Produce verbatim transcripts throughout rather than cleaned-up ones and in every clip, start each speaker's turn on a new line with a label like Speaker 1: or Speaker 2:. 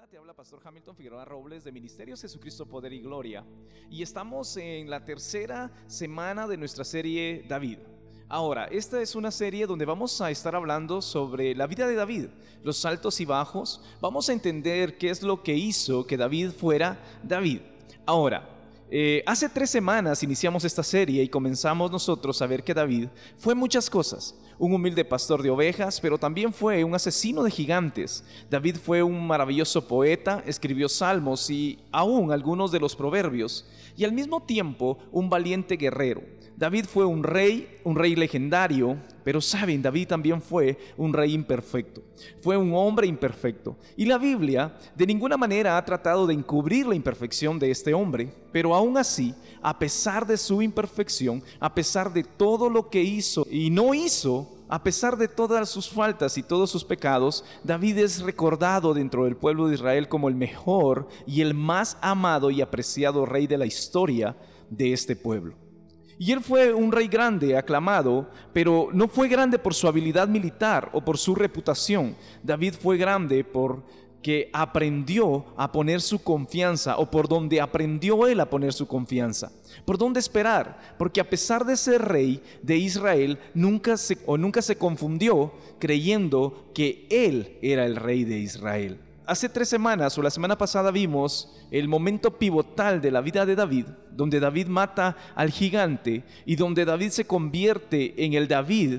Speaker 1: Hola, te habla Pastor Hamilton Figueroa Robles de Ministerios Jesucristo Poder y Gloria, y estamos en la tercera semana de nuestra serie David. Ahora, esta es una serie donde vamos a estar hablando sobre la vida de David, los altos y bajos. Vamos a entender qué es lo que hizo que David fuera David. Ahora, eh, hace tres semanas iniciamos esta serie y comenzamos nosotros a ver que David fue muchas cosas. Un humilde pastor de ovejas, pero también fue un asesino de gigantes. David fue un maravilloso poeta, escribió salmos y aún algunos de los proverbios, y al mismo tiempo un valiente guerrero. David fue un rey, un rey legendario, pero saben, David también fue un rey imperfecto. Fue un hombre imperfecto. Y la Biblia de ninguna manera ha tratado de encubrir la imperfección de este hombre, pero aún así, a pesar de su imperfección, a pesar de todo lo que hizo y no hizo, a pesar de todas sus faltas y todos sus pecados, David es recordado dentro del pueblo de Israel como el mejor y el más amado y apreciado rey de la historia de este pueblo. Y él fue un rey grande, aclamado, pero no fue grande por su habilidad militar o por su reputación. David fue grande porque aprendió a poner su confianza, o por donde aprendió él a poner su confianza. ¿Por dónde esperar? Porque a pesar de ser rey de Israel, nunca se, o nunca se confundió creyendo que él era el rey de Israel. Hace tres semanas o la semana pasada vimos el momento pivotal de la vida de David, donde David mata al gigante y donde David se convierte en el David,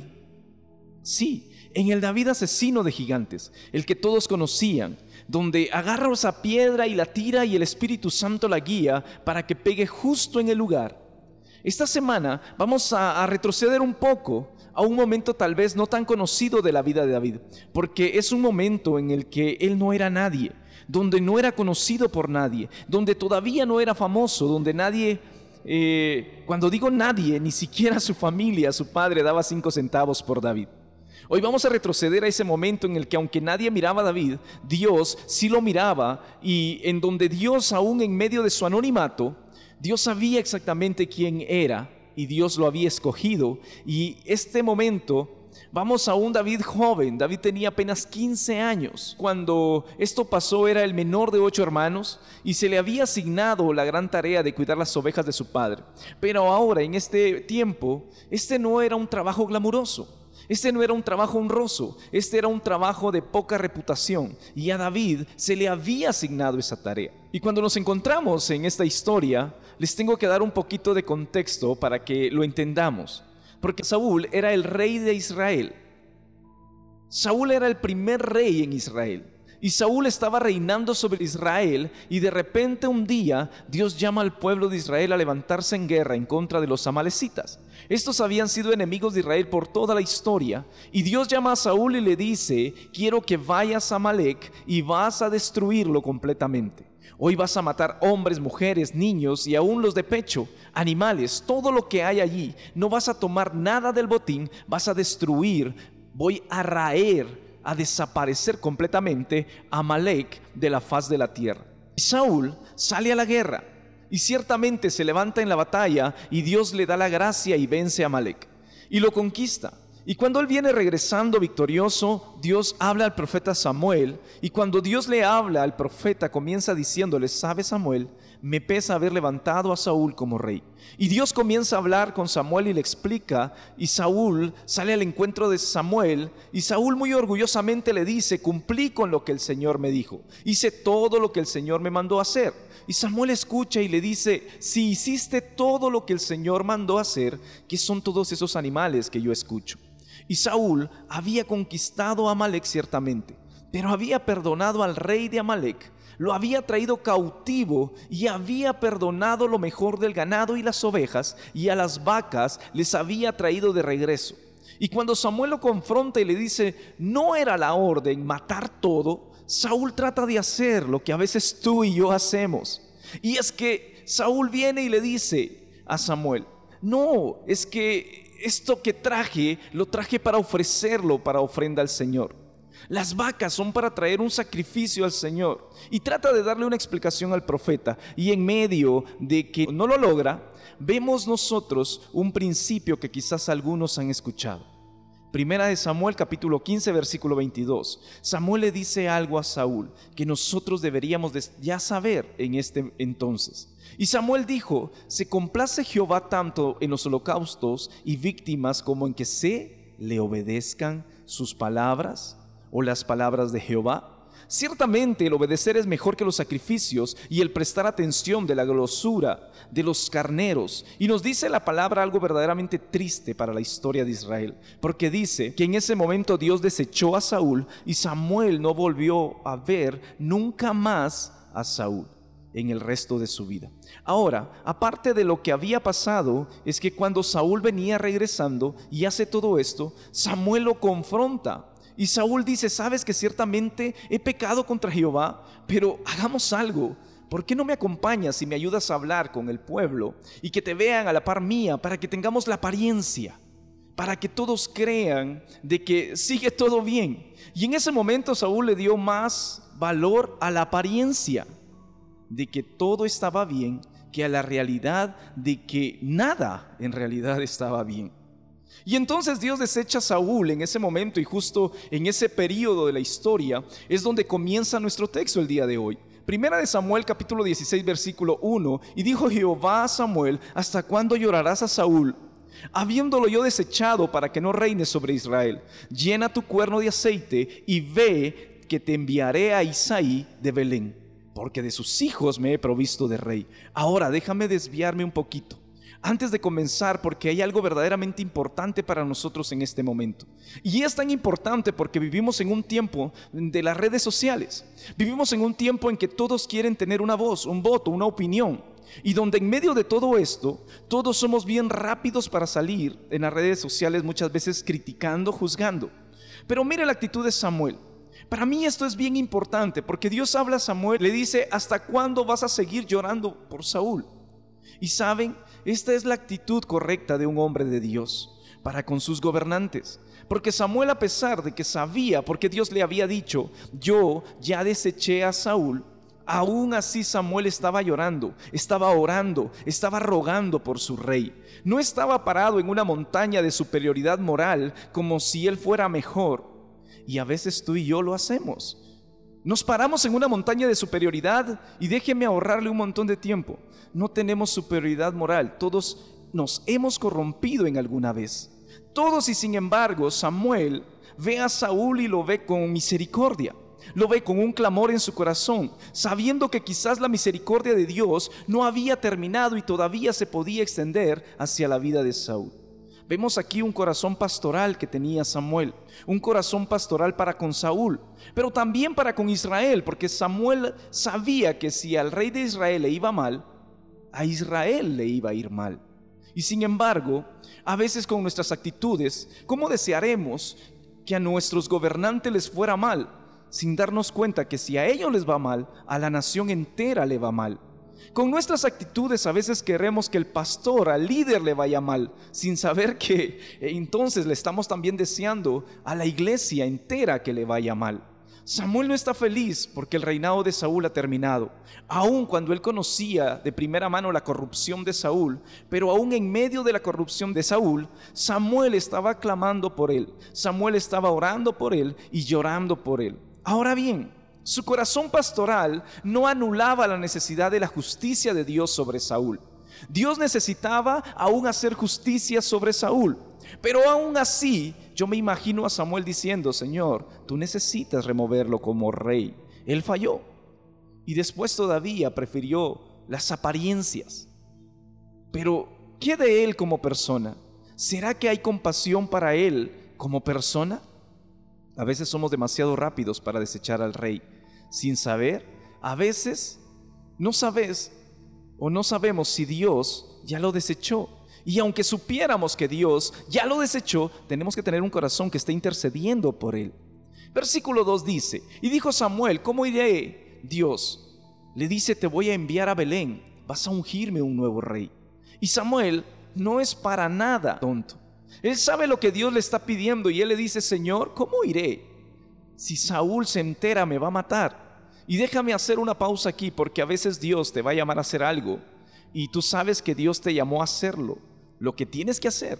Speaker 1: sí, en el David asesino de gigantes, el que todos conocían, donde agarra esa piedra y la tira y el Espíritu Santo la guía para que pegue justo en el lugar. Esta semana vamos a, a retroceder un poco a un momento tal vez no tan conocido de la vida de David, porque es un momento en el que él no era nadie, donde no era conocido por nadie, donde todavía no era famoso, donde nadie, eh, cuando digo nadie, ni siquiera su familia, su padre daba cinco centavos por David. Hoy vamos a retroceder a ese momento en el que, aunque nadie miraba a David, Dios sí lo miraba, y en donde Dios, aún en medio de su anonimato, Dios sabía exactamente quién era y Dios lo había escogido. Y este momento, vamos a un David joven. David tenía apenas quince años. Cuando esto pasó, era el menor de ocho hermanos y se le había asignado la gran tarea de cuidar las ovejas de su padre. Pero ahora, en este tiempo, este no era un trabajo glamuroso. Este no era un trabajo honroso, este era un trabajo de poca reputación, y a David se le había asignado esa tarea. Y cuando nos encontramos en esta historia, les tengo que dar un poquito de contexto para que lo entendamos, porque Saúl era el rey de Israel. Saúl era el primer rey en Israel. Y Saúl estaba reinando sobre Israel, y de repente un día Dios llama al pueblo de Israel a levantarse en guerra en contra de los amalecitas. Estos habían sido enemigos de Israel por toda la historia, y Dios llama a Saúl y le dice: quiero que vayas a Amalec y vas a destruirlo completamente. Hoy vas a matar hombres, mujeres, niños y aún los de pecho, animales, todo lo que hay allí. No vas a tomar nada del botín, vas a destruir, voy a raer, a desaparecer completamente a Amalec de la faz de la tierra. Y Saúl sale a la guerra y ciertamente se levanta en la batalla, y Dios le da la gracia y vence a Amalec y lo conquista. Y cuando él viene regresando victorioso, Dios habla al profeta Samuel, y cuando Dios le habla al profeta, comienza diciéndole: ¿sabes, Samuel? Me pesa haber levantado a Saúl como rey. Y Dios comienza a hablar con Samuel y le explica, y Saúl sale al encuentro de Samuel, y Saúl muy orgullosamente le dice: cumplí con lo que el Señor me dijo, hice todo lo que el Señor me mandó hacer. Y Samuel escucha y le dice: si hiciste todo lo que el Señor mandó hacer, ¿qué son todos esos animales que yo escucho? Y Saúl había conquistado a Amalec ciertamente, pero había perdonado al rey de Amalec, lo había traído cautivo y había perdonado lo mejor del ganado y las ovejas, y a las vacas les había traído de regreso. Y cuando Samuel lo confronta y le dice: no era la orden matar todo, Saúl trata de hacer lo que a veces tú y yo hacemos. Y es que Saúl viene y le dice a Samuel: no, es que esto que traje, lo traje para ofrecerlo para ofrenda al Señor. Las vacas son para traer un sacrificio al Señor. Y trata de darle una explicación al profeta, y en medio de que no lo logra, vemos nosotros un principio que quizás algunos han escuchado. Primera de Samuel capítulo quince versículo veintidós. Samuel le dice algo a Saúl que nosotros deberíamos de ya saber en este entonces. Y Samuel dijo: se complace Jehová tanto en los holocaustos y víctimas como en que se le obedezcan sus palabras o las palabras de Jehová. Ciertamente el obedecer es mejor que los sacrificios y el prestar atención de la grosura de los carneros. Y nos dice la palabra algo verdaderamente triste para la historia de Israel, porque dice que en ese momento Dios desechó a Saúl y Samuel no volvió a ver nunca más a Saúl en el resto de su vida. Ahora, aparte de lo que había pasado, es que cuando Saúl venía regresando y hace todo esto, Samuel lo confronta. Y Saúl dice: sabes que ciertamente he pecado contra Jehová, pero hagamos algo. ¿Por qué no me acompañas y me ayudas a hablar con el pueblo y que te vean a la par mía, para que tengamos la apariencia, para que todos crean de que sigue todo bien? Y en ese momento Saúl le dio más valor a la apariencia de que todo estaba bien que a la realidad de que nada en realidad estaba bien. Y entonces Dios desecha a Saúl en ese momento, y justo en ese periodo de la historia es donde comienza nuestro texto el día de hoy. Primera de Samuel capítulo dieciséis versículo uno. Y dijo Jehová a Samuel: ¿hasta cuándo llorarás a Saúl, habiéndolo yo desechado, para que no reine sobre Israel? Llena tu cuerno de aceite y ve que te enviaré a Isaí de Belén, porque de sus hijos me he provisto de rey. Ahora déjame desviarme un poquito antes de comenzar, porque hay algo verdaderamente importante para nosotros en este momento. Y es tan importante porque vivimos en un tiempo de las redes sociales. Vivimos en un tiempo en que todos quieren tener una voz, un voto, una opinión. Y donde en medio de todo esto, todos somos bien rápidos para salir en las redes sociales, muchas veces criticando, juzgando. Pero mire la actitud de Samuel. Para mí esto es bien importante, porque Dios habla a Samuel, le dice: ¿hasta cuándo vas a seguir llorando por Saúl? Y saben, esta es la actitud correcta de un hombre de Dios para con sus gobernantes. Porque Samuel, a pesar de que sabía, porque Dios le había dicho: yo ya deseché a Saúl, aún así Samuel estaba llorando, estaba orando, estaba rogando por su rey. No estaba parado en una montaña de superioridad moral como si él fuera mejor. Y a veces tú y yo lo hacemos. Nos paramos en una montaña de superioridad, y déjeme ahorrarle un montón de tiempo. No tenemos superioridad moral. Todos nos hemos corrompido en alguna vez. Todos, y sin embargo, Samuel ve a Saúl y lo ve con misericordia. Lo ve con un clamor en su corazón, sabiendo que quizás la misericordia de Dios no había terminado y todavía se podía extender hacia la vida de Saúl. Vemos aquí un corazón pastoral que tenía Samuel, un corazón pastoral para con Saúl, pero también para con Israel, porque Samuel sabía que si al rey de Israel le iba mal, a Israel le iba a ir mal. Y sin embargo, a veces con nuestras actitudes, ¿cómo desearemos que a nuestros gobernantes les fuera mal, sin darnos cuenta que si a ellos les va mal, a la nación entera le va mal? Con nuestras actitudes a veces queremos que el pastor, al líder, le vaya mal, sin saber que entonces le estamos también deseando a la iglesia entera que le vaya mal. Samuel no está feliz porque el reinado de Saúl ha terminado, aun cuando él conocía de primera mano la corrupción de Saúl. Pero aún en medio de la corrupción de Saúl, Samuel estaba clamando por él, Samuel estaba orando por él y llorando por él. Ahora bien, su corazón pastoral no anulaba la necesidad de la justicia de Dios sobre Saúl. Dios necesitaba aún hacer justicia sobre Saúl. Pero aún así, yo me imagino a Samuel diciendo: Señor, tú necesitas removerlo como rey. Él falló. Y después todavía prefirió las apariencias. Pero, ¿qué de él como persona? ¿Será que hay compasión para él como persona? A veces somos demasiado rápidos para desechar al rey sin saber. A veces no sabes o no sabemos si Dios ya lo desechó. Y aunque supiéramos que Dios ya lo desechó, tenemos que tener un corazón que esté intercediendo por él. Versículo dos dice: y dijo Samuel: ¿cómo iré? Dios le dice: te voy a enviar a Belén, vas a ungirme un nuevo rey. Y Samuel no es para nada tonto. Él sabe lo que Dios le está pidiendo, y él le dice: Señor, ¿cómo iré? Si Saúl se entera, me va a matar. Y déjame hacer una pausa aquí, porque a veces Dios te va a llamar a hacer algo y tú sabes que Dios te llamó a hacerlo. Lo que tienes que hacer,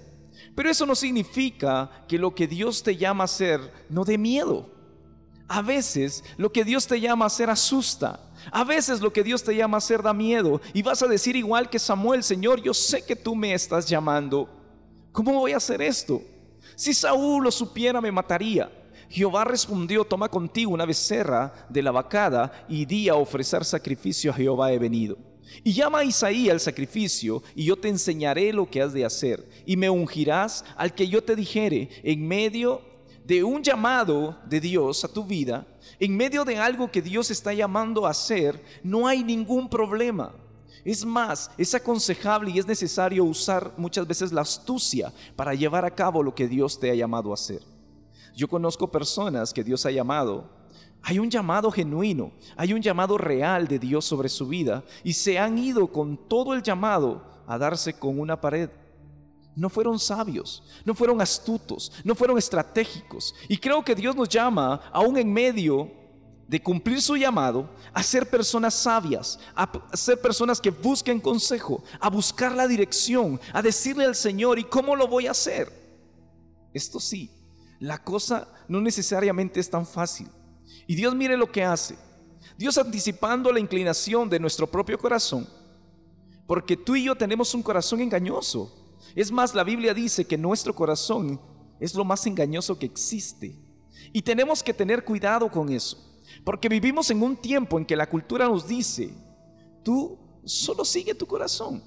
Speaker 1: Pero eso no significa que lo que Dios te llama a hacer no dé miedo. A veces lo que Dios te llama a hacer asusta. A veces lo que Dios te llama a hacer da miedo. Y vas a decir igual que Samuel: Señor, yo sé que tú me estás llamando. ¿Cómo voy a hacer esto? Si Saúl lo supiera, me mataría. Jehová respondió: toma contigo una becerra de la vacada y di a ofrecer sacrificio a Jehová he venido. Y llama a Isaí al sacrificio, y yo te enseñaré lo que has de hacer, y me ungirás al que yo te dijere. En medio de un llamado de Dios a tu vida, en medio de algo que Dios está llamando a hacer, no hay ningún problema. Es más, es aconsejable y es necesario usar muchas veces la astucia para llevar a cabo lo que Dios te ha llamado a hacer. Yo conozco personas que Dios ha llamado. Hay un llamado genuino, hay un llamado real de Dios sobre su vida, y se han ido con todo el llamado a darse con una pared. No fueron sabios, no fueron astutos, no fueron estratégicos. Y creo que Dios nos llama, aún en medio de cumplir su llamado, a ser personas sabias, a ser personas que busquen consejo, a buscar la dirección, a decirle al Señor: ¿y cómo lo voy a hacer? Esto sí, la cosa no necesariamente es tan fácil. Y Dios, mire lo que hace. Dios, anticipando la inclinación de nuestro propio corazón, porque tú y yo tenemos un corazón engañoso. Es más, la Biblia dice que nuestro corazón es lo más engañoso que existe. Y tenemos que tener cuidado con eso, porque vivimos en un tiempo en que la cultura nos dice: tú solo sigue tu corazón.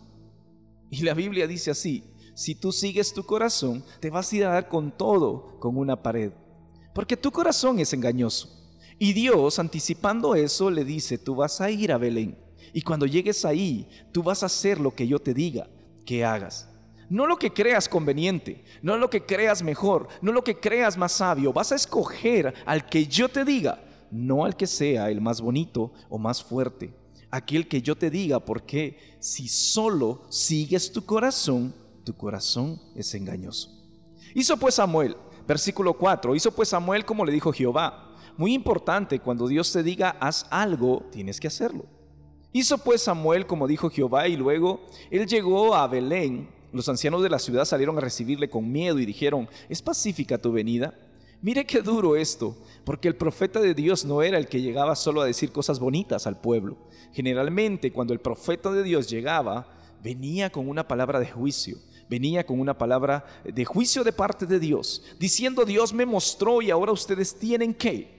Speaker 1: Y la Biblia dice así: si tú sigues tu corazón, te vas a ir a dar con todo con una pared, porque tu corazón es engañoso. Y Dios, anticipando eso, le dice: tú vas a ir a Belén, y cuando llegues ahí, tú vas a hacer lo que yo te diga que hagas. No lo que creas conveniente, no lo que creas mejor, no lo que creas más sabio. Vas a escoger al que yo te diga, no al que sea el más bonito o más fuerte, aquel que yo te diga, porque si solo sigues tu corazón, tu corazón es engañoso. Hizo pues Samuel, versículo cuatro, hizo pues Samuel como le dijo Jehová. Muy importante, cuando Dios te diga haz algo, tienes que hacerlo. Hizo pues Samuel como dijo Jehová, y luego él llegó a Belén. Los ancianos de la ciudad salieron a recibirle con miedo y dijeron: ¿es pacífica tu venida? Mire qué duro esto, porque el profeta de Dios no era el que llegaba solo a decir cosas bonitas al pueblo. Generalmente, cuando el profeta de Dios llegaba, venía con una palabra de juicio, venía con una palabra de juicio de parte de Dios, diciendo: Dios me mostró y ahora ustedes tienen que.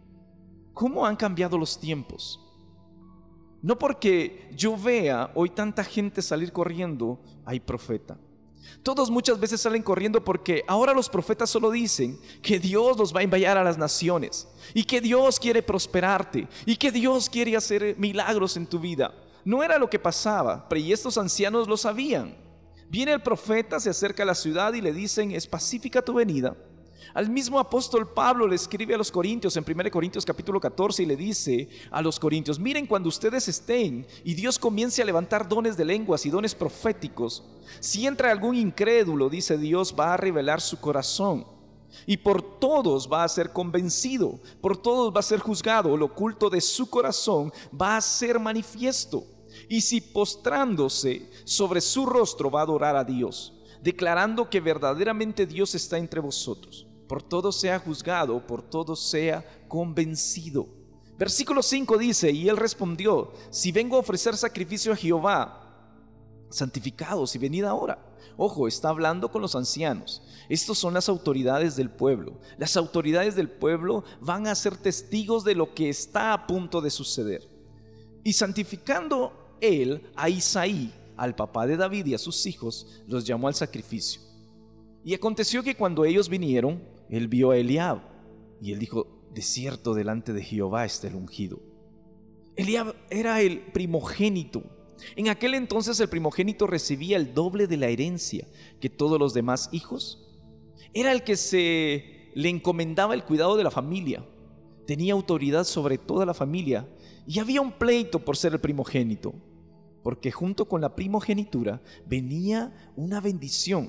Speaker 1: ¿Cómo han cambiado los tiempos? No porque yo vea hoy tanta gente salir corriendo, hay profeta. Todos muchas veces salen corriendo porque ahora los profetas solo dicen que Dios los va a enviar a las naciones, y que Dios quiere prosperarte, y que Dios quiere hacer milagros en tu vida. No era lo que pasaba, pero y estos ancianos lo sabían. Viene el profeta, se acerca a la ciudad y le dicen: ¿es pacífica tu venida? Al mismo apóstol Pablo le escribe a los Corintios en primera Corintios capítulo catorce y le dice a los Corintios: miren, cuando ustedes estén y Dios comience a levantar dones de lenguas y dones proféticos, si entra algún incrédulo, dice Dios, va a revelar su corazón, y por todos va a ser convencido, por todos va a ser juzgado, lo oculto de su corazón va a ser manifiesto. Y si postrándose sobre su rostro va a adorar a Dios, declarando que verdaderamente Dios está entre vosotros, por todo sea juzgado, por todo sea convencido. Versículo cinco dice: y él respondió: si vengo a ofrecer sacrificio a Jehová, santificados y venid ahora. Ojo, está hablando con los ancianos. Estos son las autoridades del pueblo. Las autoridades del pueblo van a ser testigos de lo que está a punto de suceder. Y santificando él a Isaí, al papá de David, y a sus hijos, los llamó al sacrificio. Y aconteció que cuando ellos vinieron, él vio a Eliab, y él dijo: de cierto delante de Jehová está el ungido. Eliab era el primogénito. En aquel entonces el primogénito recibía el doble de la herencia que todos los demás hijos. Era el que se le encomendaba el cuidado de la familia. Tenía autoridad sobre toda la familia, y había un pleito por ser el primogénito, porque junto con la primogenitura venía una bendición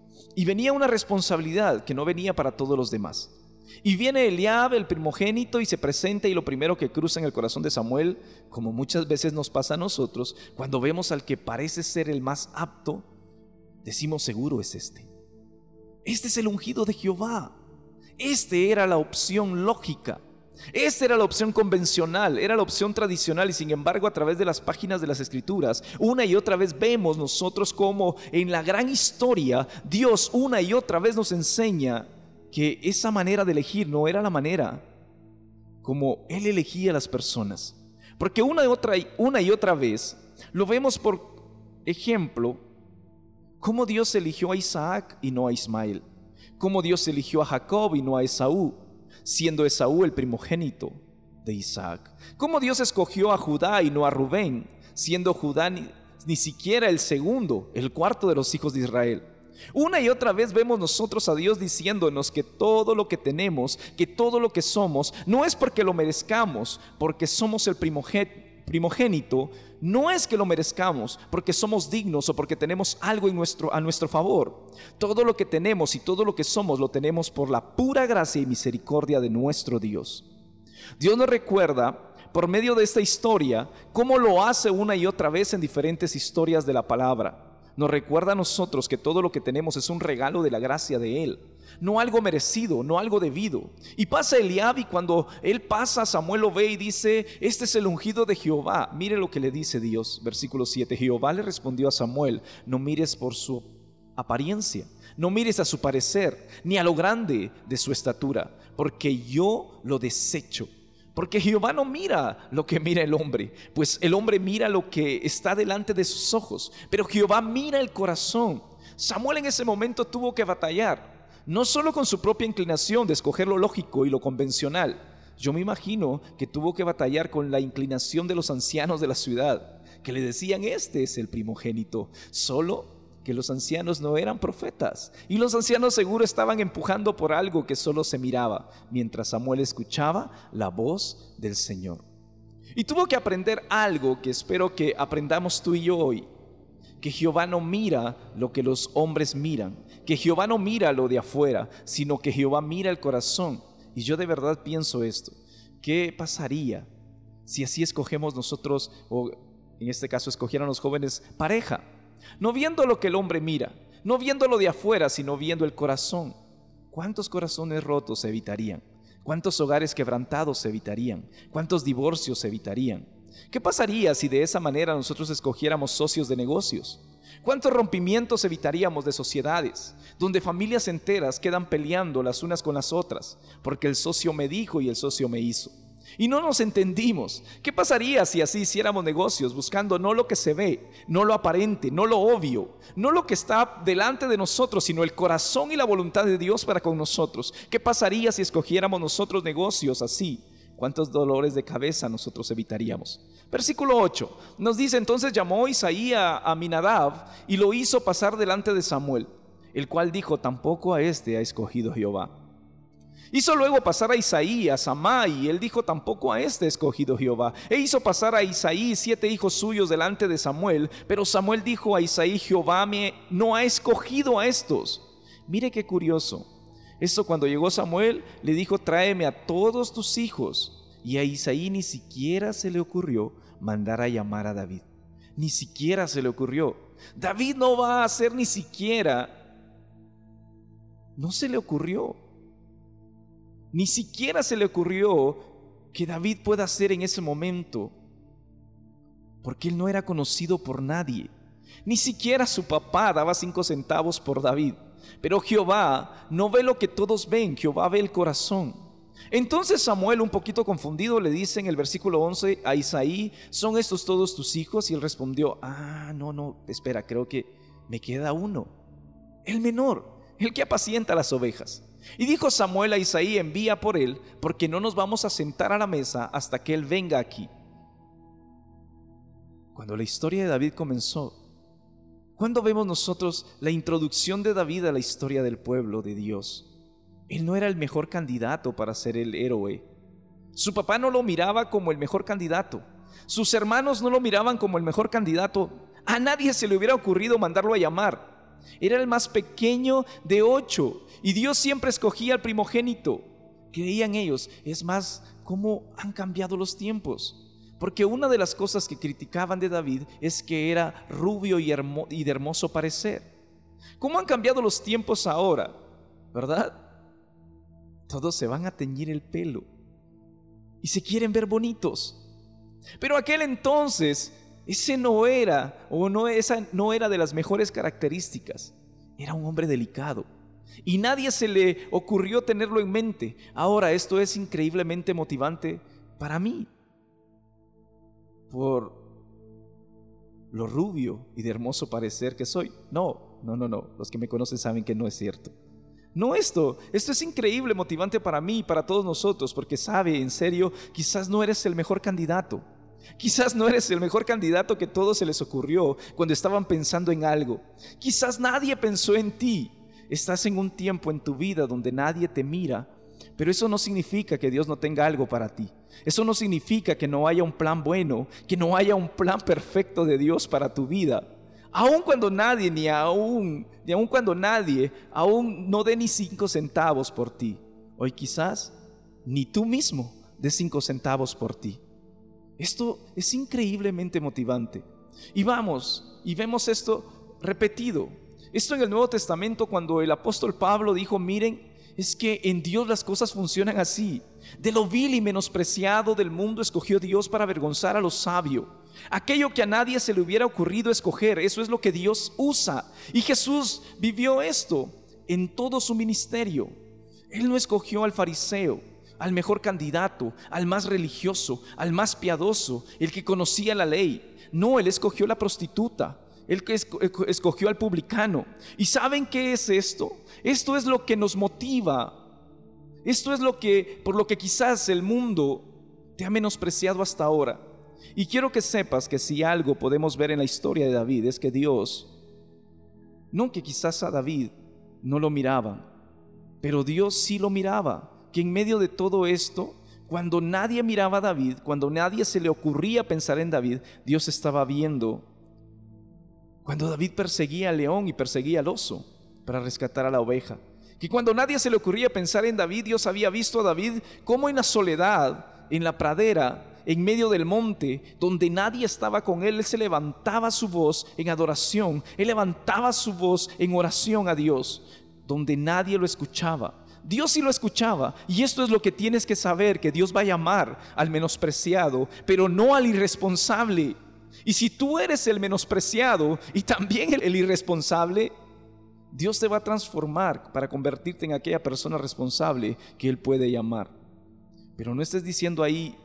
Speaker 1: y venía una responsabilidad que no venía para todos los demás. Y viene Eliab, el primogénito, y se presenta, y lo primero que cruza en el corazón de Samuel, como muchas veces nos pasa a nosotros, cuando vemos al que parece ser el más apto, decimos: seguro es este. Este es el ungido de Jehová. Esta era la opción lógica. Esta era la opción convencional, era la opción tradicional, y sin embargo a través de las páginas de las Escrituras una y otra vez vemos nosotros cómo en la gran historia Dios una y otra vez nos enseña que esa manera de elegir no era la manera como Él elegía a las personas. Porque una y otra, una y otra vez lo vemos, por ejemplo, cómo Dios eligió a Isaac y no a Ismael, cómo Dios eligió a Jacob y no a Esaú, siendo Esaú el primogénito de Isaac. Cómo Dios escogió a Judá y no a Rubén, siendo Judá ni, ni siquiera el segundo, el cuarto de los hijos de Israel. Una y otra vez vemos nosotros a Dios diciéndonos que todo lo que tenemos, que todo lo que somos, no es porque lo merezcamos, porque somos el primogénito, primogénito, no es que lo merezcamos porque somos dignos o porque tenemos algo en nuestro, a nuestro favor. Todo lo que tenemos y todo lo que somos lo tenemos por la pura gracia y misericordia de nuestro Dios. Dios nos recuerda por medio de esta historia cómo lo hace una y otra vez en diferentes historias de la palabra. Nos recuerda a nosotros que todo lo que tenemos es un regalo de la gracia de Él, no algo merecido, no algo debido. Y pasa Eliab, y cuando él pasa, Samuel lo ve y dice: este es el ungido de Jehová. Mire lo que le dice Dios, versículo siete. Jehová le respondió a Samuel: no mires por su apariencia, no mires a su parecer, ni a lo grande de su estatura, porque yo lo desecho. Porque Jehová no mira lo que mira el hombre, pues el hombre mira lo que está delante de sus ojos, pero Jehová mira el corazón. Samuel en ese momento tuvo que batallar, no solo con su propia inclinación de escoger lo lógico y lo convencional. Yo me imagino que tuvo que batallar con la inclinación de los ancianos de la ciudad, que le decían: este es el primogénito. Solo que los ancianos no eran profetas, y los ancianos seguro estaban empujando por algo que solo se miraba, mientras Samuel escuchaba la voz del Señor. Y tuvo que aprender algo que espero que aprendamos tú y yo hoy: que Jehová no mira lo que los hombres miran, que Jehová no mira lo de afuera, sino que Jehová mira el corazón. Y yo de verdad pienso esto: ¿qué pasaría si así escogemos nosotros, o en este caso escogieran los jóvenes, pareja? No viendo lo que el hombre mira, no viendo lo de afuera, sino viendo el corazón. ¿Cuántos corazones rotos se evitarían? ¿Cuántos hogares quebrantados se evitarían? ¿Cuántos divorcios se evitarían? ¿Qué pasaría si de esa manera nosotros escogiéramos socios de negocios? ¿Cuántos rompimientos evitaríamos de sociedades, donde familias enteras quedan peleando las unas con las otras, porque el socio me dijo y el socio me hizo? Y no nos entendimos. ¿Qué pasaría si así hiciéramos negocios, buscando no lo que se ve, no lo aparente, no lo obvio, no lo que está delante de nosotros, sino el corazón y la voluntad de Dios para con nosotros? ¿Qué pasaría si escogiéramos nosotros negocios así? ¿Cuántos dolores de cabeza nosotros evitaríamos? Versículo ocho nos dice: entonces llamó Isaí a Aminadab y lo hizo pasar delante de Samuel, el cual dijo: tampoco a este ha escogido Jehová. Hizo luego pasar a Isaí, a Samá, y él dijo: tampoco a este ha escogido Jehová. E hizo pasar a Isaí siete hijos suyos delante de Samuel, pero Samuel dijo a Isaí: Jehová me no ha escogido a estos. Mire qué curioso. Esto, cuando llegó Samuel, le dijo: tráeme a todos tus hijos. Y a Isaí ni siquiera se le ocurrió mandar a llamar a David. Ni siquiera se le ocurrió. David no va a hacer ni siquiera. No se le ocurrió. Ni siquiera se le ocurrió que David pueda hacer en ese momento, porque él no era conocido por nadie. Ni siquiera su papá daba cinco centavos por David. Pero Jehová no ve lo que todos ven, Jehová ve el corazón. Entonces Samuel, un poquito confundido, le dice en el versículo once a Isaí: ¿son estos todos tus hijos? Y él respondió: ah, no, no, espera, creo que me queda uno, el menor, el que apacienta las ovejas. Y dijo Samuel a Isaí: envía por él, porque no nos vamos a sentar a la mesa hasta que él venga aquí. Cuando la historia de David comenzó, ¿cuándo vemos nosotros la introducción de David a la historia del pueblo de Dios? Él no era el mejor candidato para ser el héroe. Su papá no lo miraba como el mejor candidato. Sus hermanos no lo miraban como el mejor candidato. A nadie se le hubiera ocurrido mandarlo a llamar. Era el más pequeño de ocho, y Dios siempre escogía al primogénito. Creían ellos. Es más, ¿cómo han cambiado los tiempos? Porque una de las cosas que criticaban de David es que era rubio y, hermo- y de hermoso parecer. ¿Cómo han cambiado los tiempos ahora? ¿verdad? Todos se van a teñir el pelo y se quieren ver bonitos. Pero aquel entonces, ese no era, o no, esa no era de las mejores características. Era un hombre delicado y nadie se le ocurrió tenerlo en mente. Ahora, esto es increíblemente motivante para mí, por lo rubio y de hermoso parecer que soy. No, no, no, no. Los que me conocen saben que no es cierto. No esto, esto es increíble, motivante para mí y para todos nosotros, porque sabe, en serio, quizás no eres el mejor candidato. Quizás no eres el mejor candidato que todos se les ocurrió cuando estaban pensando en algo. Quizás nadie pensó en ti. Estás en un tiempo en tu vida donde nadie te mira, pero eso no significa que Dios no tenga algo para ti. Eso no significa que no haya un plan bueno, que no haya un plan perfecto de Dios para tu vida. Aun cuando nadie, ni aún, ni aun cuando nadie, aún no dé ni cinco centavos por ti. Hoy quizás ni tú mismo des cinco centavos por ti. Esto es increíblemente motivante. Y vamos, y vemos esto repetido. Esto en el Nuevo Testamento, cuando el apóstol Pablo dijo, miren, es que en Dios las cosas funcionan así. De lo vil y menospreciado del mundo escogió Dios para avergonzar a lo sabio. Aquello que a nadie se le hubiera ocurrido escoger, eso es lo que Dios usa. Y Jesús vivió esto en todo su ministerio. Él no escogió al fariseo, al mejor candidato, al más religioso, al más piadoso, el que conocía la ley. No, Él escogió a la prostituta. Él escogió al publicano. ¿Y saben qué es esto? Esto es lo que nos motiva. Esto es lo que, por lo que quizás el mundo te ha menospreciado hasta ahora. Y quiero que sepas que si algo podemos ver en la historia de David es que Dios, no que quizás a David no lo miraba, pero Dios sí lo miraba. Que en medio de todo esto, cuando nadie miraba a David, cuando nadie se le ocurría pensar en David, Dios estaba viendo. Cuando David perseguía al león y perseguía al oso para rescatar a la oveja. Que cuando nadie se le ocurría pensar en David, Dios había visto a David como en la soledad, en la pradera, en medio del monte, donde nadie estaba con él. Él se levantaba su voz en adoración. Él levantaba su voz en oración a Dios, donde nadie lo escuchaba. Dios sí lo escuchaba. Y esto es lo que tienes que saber, que Dios va a llamar al menospreciado, pero no al irresponsable. Y si tú eres el menospreciado y también el, el irresponsable, Dios te va a transformar para convertirte en aquella persona responsable que Él puede llamar. Pero no estés diciendo ahí,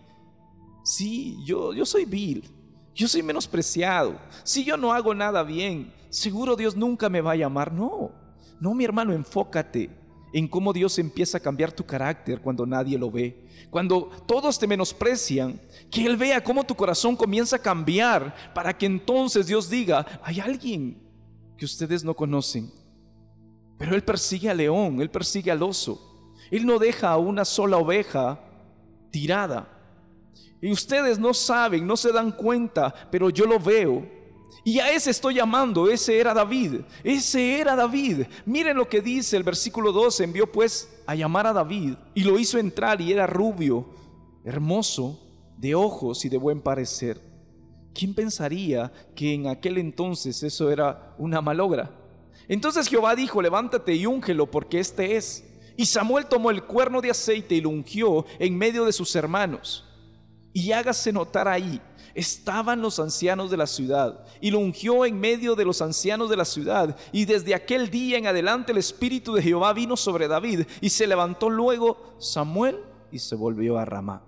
Speaker 1: sí, yo, yo soy vil, yo soy menospreciado, si yo no hago nada bien, seguro Dios nunca me va a llamar. No, no, mi hermano, enfócate en cómo Dios empieza a cambiar tu carácter cuando nadie lo ve. Cuando todos te menosprecian, que Él vea cómo tu corazón comienza a cambiar, para que entonces Dios diga, hay alguien que ustedes no conocen, pero Él persigue al león, Él persigue al oso. Él no deja a una sola oveja tirada. Y ustedes no saben, no se dan cuenta, pero yo lo veo. Y a ese estoy llamando. Ese era David, ese era David. Miren lo que dice el versículo doce. Envió pues a llamar a David y lo hizo entrar, y era rubio, hermoso, de ojos y de buen parecer. ¿Quién pensaría que en aquel entonces eso era una malogra? Entonces Jehová dijo, levántate y úngelo, porque este es. Y Samuel tomó el cuerno de aceite y lo ungió en medio de sus hermanos. Y hágase notar ahí, estaban los ancianos de la ciudad, y lo ungió en medio de los ancianos de la ciudad. Y desde aquel día en adelante el Espíritu de Jehová vino sobre David, y se levantó luego Samuel y se volvió a Ramá.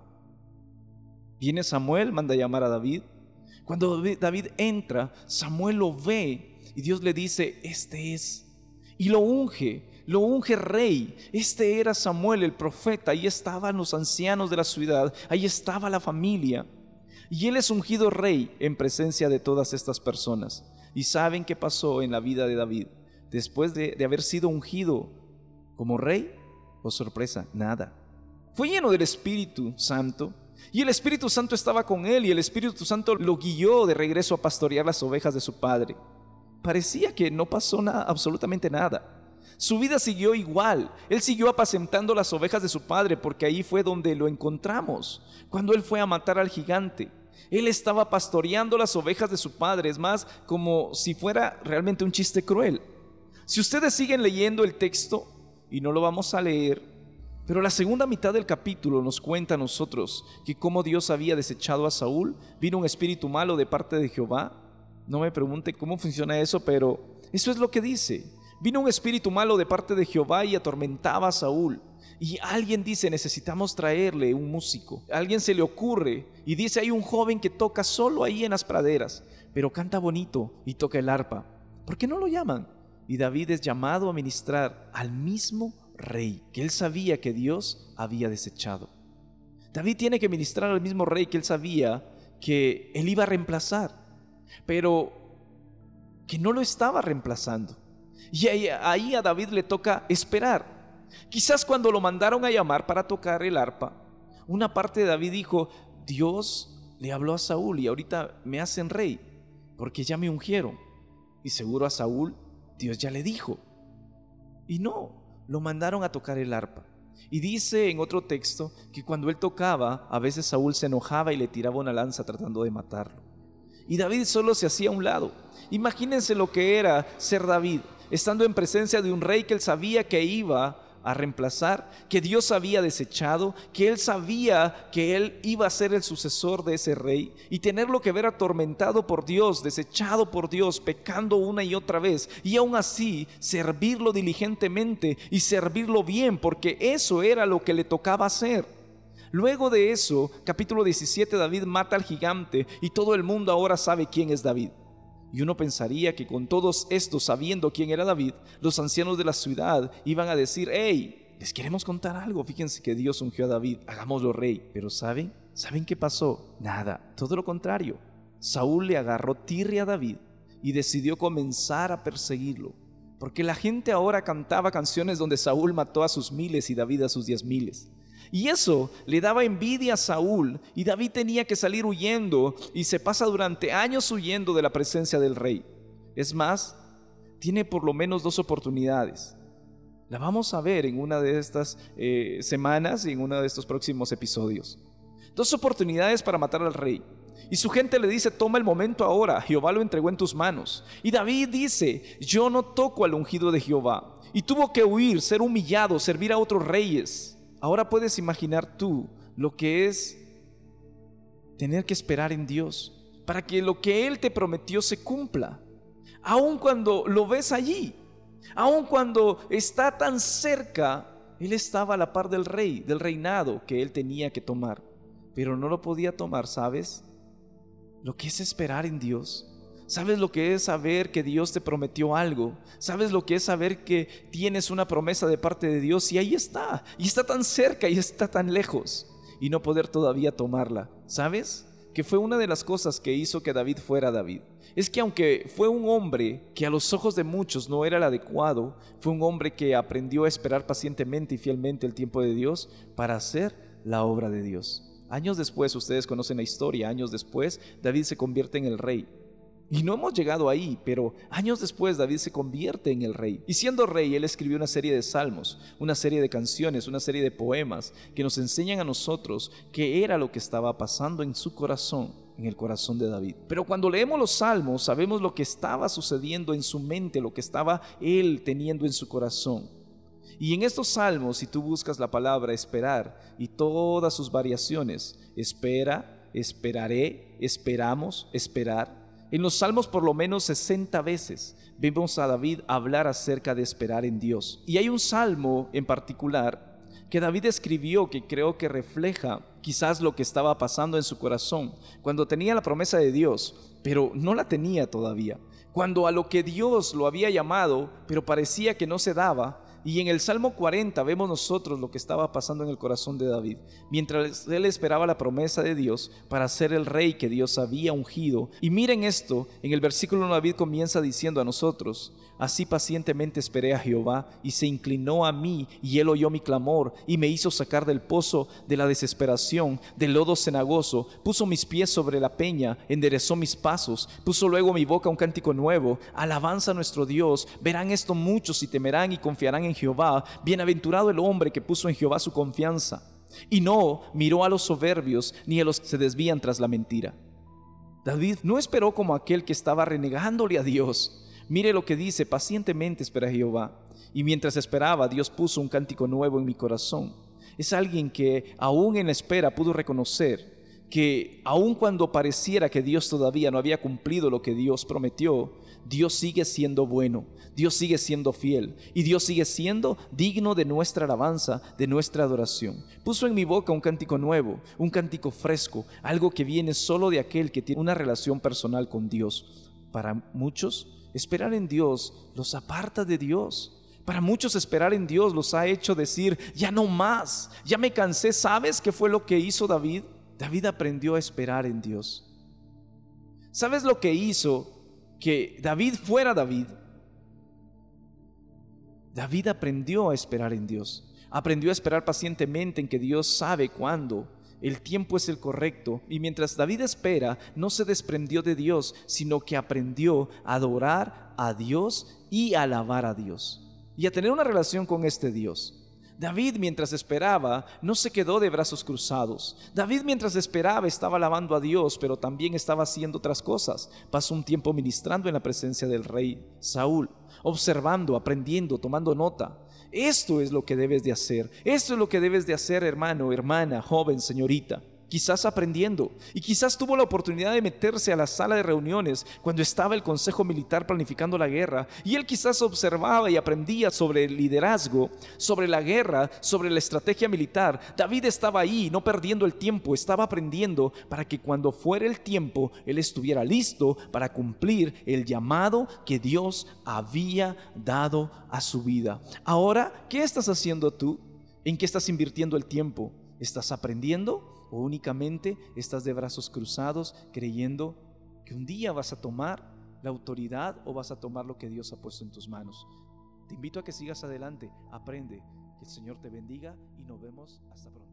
Speaker 1: Viene Samuel, manda a llamar a David. Cuando David entra, Samuel lo ve y Dios le dice, este es. Y lo unge. Lo unge rey. Este era Samuel el profeta. Ahí estaban los ancianos de la ciudad, ahí estaba la familia, y él es ungido rey en presencia de todas estas personas. ¿Y saben qué pasó en la vida de David? Después de, de haber sido ungido como rey, oh sorpresa, nada. Fue lleno del Espíritu Santo, y el Espíritu Santo estaba con él, y el Espíritu Santo lo guió de regreso a pastorear las ovejas de su padre. Parecía que no pasó nada, absolutamente nada. Su vida siguió igual. Él siguió apacentando las ovejas de su padre, porque ahí fue donde lo encontramos, cuando él fue a matar al gigante. Él estaba pastoreando las ovejas de su padre. Es más, como si fuera realmente un chiste cruel. Si ustedes siguen leyendo el texto y no lo vamos a leer, pero la segunda mitad del capítulo nos cuenta a nosotros que como Dios había desechado a Saúl, vino un espíritu malo de parte de Jehová. No me pregunte cómo funciona eso, pero eso es lo que dice. Vino un espíritu malo de parte de Jehová y atormentaba a Saúl. Y alguien dice, necesitamos traerle un músico. A alguien se le ocurre y dice, hay un joven que toca solo ahí en las praderas, pero canta bonito y toca el arpa. ¿Por qué no lo llaman? Y David es llamado a ministrar al mismo rey que él sabía que Dios había desechado. David tiene que ministrar al mismo rey que él sabía que él iba a reemplazar, pero que no lo estaba reemplazando. Y ahí, ahí a David le toca esperar. Quizás cuando lo mandaron a llamar para tocar el arpa, una parte de David dijo, Dios le habló a Saúl y ahorita me hacen rey porque ya me ungieron. Y seguro a Saúl Dios ya le dijo. Y no, lo mandaron a tocar el arpa. Y dice en otro texto que cuando él tocaba, a veces Saúl se enojaba y le tiraba una lanza tratando de matarlo. Y David solo se hacía a un lado. Imagínense lo que era ser David, estando en presencia de un rey que él sabía que iba a reemplazar, que Dios había desechado, que él sabía que él iba a ser el sucesor de ese rey, y tenerlo que ver atormentado por Dios, desechado por Dios, pecando una y otra vez, y aún así servirlo diligentemente y servirlo bien, porque eso era lo que le tocaba hacer. Luego de eso, capítulo diecisiete, David mata al gigante y todo el mundo ahora sabe quién es David. Y uno pensaría que con todos estos, sabiendo quién era David, los ancianos de la ciudad iban a decir, hey, les queremos contar algo, fíjense que Dios ungió a David, hagámoslo rey. Pero ¿saben? ¿Saben qué pasó? Nada, todo lo contrario. Saúl le agarró tirria a David y decidió comenzar a perseguirlo, porque la gente ahora cantaba canciones donde Saúl mató a sus miles y David a sus diez miles. Y eso le daba envidia a Saúl, y David tenía que salir huyendo, y se pasa durante años huyendo de la presencia del rey. Es más, tiene por lo menos dos oportunidades. La vamos a ver en una de estas eh, semanas y en uno de estos próximos episodios. Dos oportunidades para matar al rey. Y su gente le dice, toma el momento ahora, Jehová lo entregó en tus manos. Y David dice, yo no toco al ungido de Jehová. Y tuvo que huir, ser humillado, servir a otros reyes. Ahora puedes imaginar tú lo que es tener que esperar en Dios para que lo que Él te prometió se cumpla. Aun cuando lo ves allí, aun cuando está tan cerca, Él estaba a la par del rey, del reinado que Él tenía que tomar, pero no lo podía tomar, ¿sabes? Lo que es esperar en Dios. ¿Sabes lo que es saber que Dios te prometió algo? ¿Sabes lo que es saber que tienes una promesa de parte de Dios y ahí está? Y está tan cerca y está tan lejos y no poder todavía tomarla. ¿Sabes? Que fue una de las cosas que hizo que David fuera David. Es que aunque fue un hombre que a los ojos de muchos no era el adecuado, fue un hombre que aprendió a esperar pacientemente y fielmente el tiempo de Dios para hacer la obra de Dios. Años después, ustedes conocen la historia, años después, David se convierte en el rey. Y no hemos llegado ahí, pero años después David se convierte en el rey. Y siendo rey, él escribió una serie de salmos, una serie de canciones, una serie de poemas que nos enseñan a nosotros qué era lo que estaba pasando en su corazón, en el corazón de David. Pero cuando leemos los salmos, sabemos lo que estaba sucediendo en su mente, lo que estaba él teniendo en su corazón. Y en estos salmos, si tú buscas la palabra esperar y todas sus variaciones, espera, esperaré, esperamos, esperar, en los salmos por lo menos sesenta veces vemos a David hablar acerca de esperar en Dios. Y hay un salmo en particular que David escribió que creo que refleja quizás lo que estaba pasando en su corazón cuando tenía la promesa de Dios, pero no la tenía todavía. Cuando a lo que Dios lo había llamado, pero parecía que no se daba. Y en el Salmo cuarenta vemos nosotros lo que estaba pasando en el corazón de David, mientras él esperaba la promesa de Dios para ser el rey que Dios había ungido. Y miren esto, en el versículo uno David comienza diciendo a nosotros, así pacientemente esperé a Jehová y se inclinó a mí y él oyó mi clamor y me hizo sacar del pozo de la desesperación, del lodo cenagoso, puso mis pies sobre la peña, enderezó mis pasos, puso luego mi boca un cántico nuevo, alabanza a nuestro Dios, verán esto muchos y temerán y confiarán en Jehová, bienaventurado el hombre que puso en Jehová su confianza y no miró a los soberbios ni a los que se desvían tras la mentira. David no esperó como aquel que estaba renegándole a Dios, Mire lo que dice: pacientemente espera a Jehová. Y mientras esperaba, Dios puso un cántico nuevo en mi corazón. Es alguien que aún en la espera pudo reconocer que aun cuando pareciera que Dios todavía no había cumplido lo que Dios prometió, Dios sigue siendo bueno, Dios sigue siendo fiel y Dios sigue siendo digno de nuestra alabanza, de nuestra adoración. Puso en mi boca un cántico nuevo, un cántico fresco, algo que viene solo de aquel que tiene una relación personal con Dios. Para muchos, esperar en Dios los aparta de Dios. Para muchos, esperar en Dios los ha hecho decir: ya no más, ya me cansé. ¿Sabes qué fue lo que hizo David? David aprendió a esperar en Dios. ¿Sabes lo que hizo que David fuera David? David aprendió a esperar en Dios. Aprendió a esperar pacientemente en que Dios sabe cuándo. El tiempo es el correcto. Y mientras David espera, no se desprendió de Dios, sino que aprendió a adorar a Dios y a alabar a Dios y a tener una relación con este Dios. David, mientras esperaba, no se quedó de brazos cruzados. David, mientras esperaba, estaba alabando a Dios, pero también estaba haciendo otras cosas. Pasó un tiempo ministrando en la presencia del rey Saúl, observando, aprendiendo, tomando nota. Esto es lo que debes de hacer. Esto es lo que debes de hacer, hermano, hermana, joven, señorita. Quizás aprendiendo, y quizás tuvo la oportunidad de meterse a la sala de reuniones cuando estaba el Consejo Militar planificando la guerra, y él quizás observaba y aprendía sobre el liderazgo, sobre la guerra, sobre la estrategia militar. David estaba ahí, no perdiendo el tiempo, estaba aprendiendo para que cuando fuera el tiempo, él estuviera listo para cumplir el llamado que Dios había dado a su vida. Ahora, ¿qué estás haciendo tú? ¿En qué estás invirtiendo el tiempo? ¿Estás aprendiendo? ¿O únicamente estás de brazos cruzados creyendo que un día vas a tomar la autoridad o vas a tomar lo que Dios ha puesto en tus manos? Te invito a que sigas adelante, aprende, que el Señor te bendiga y nos vemos hasta pronto.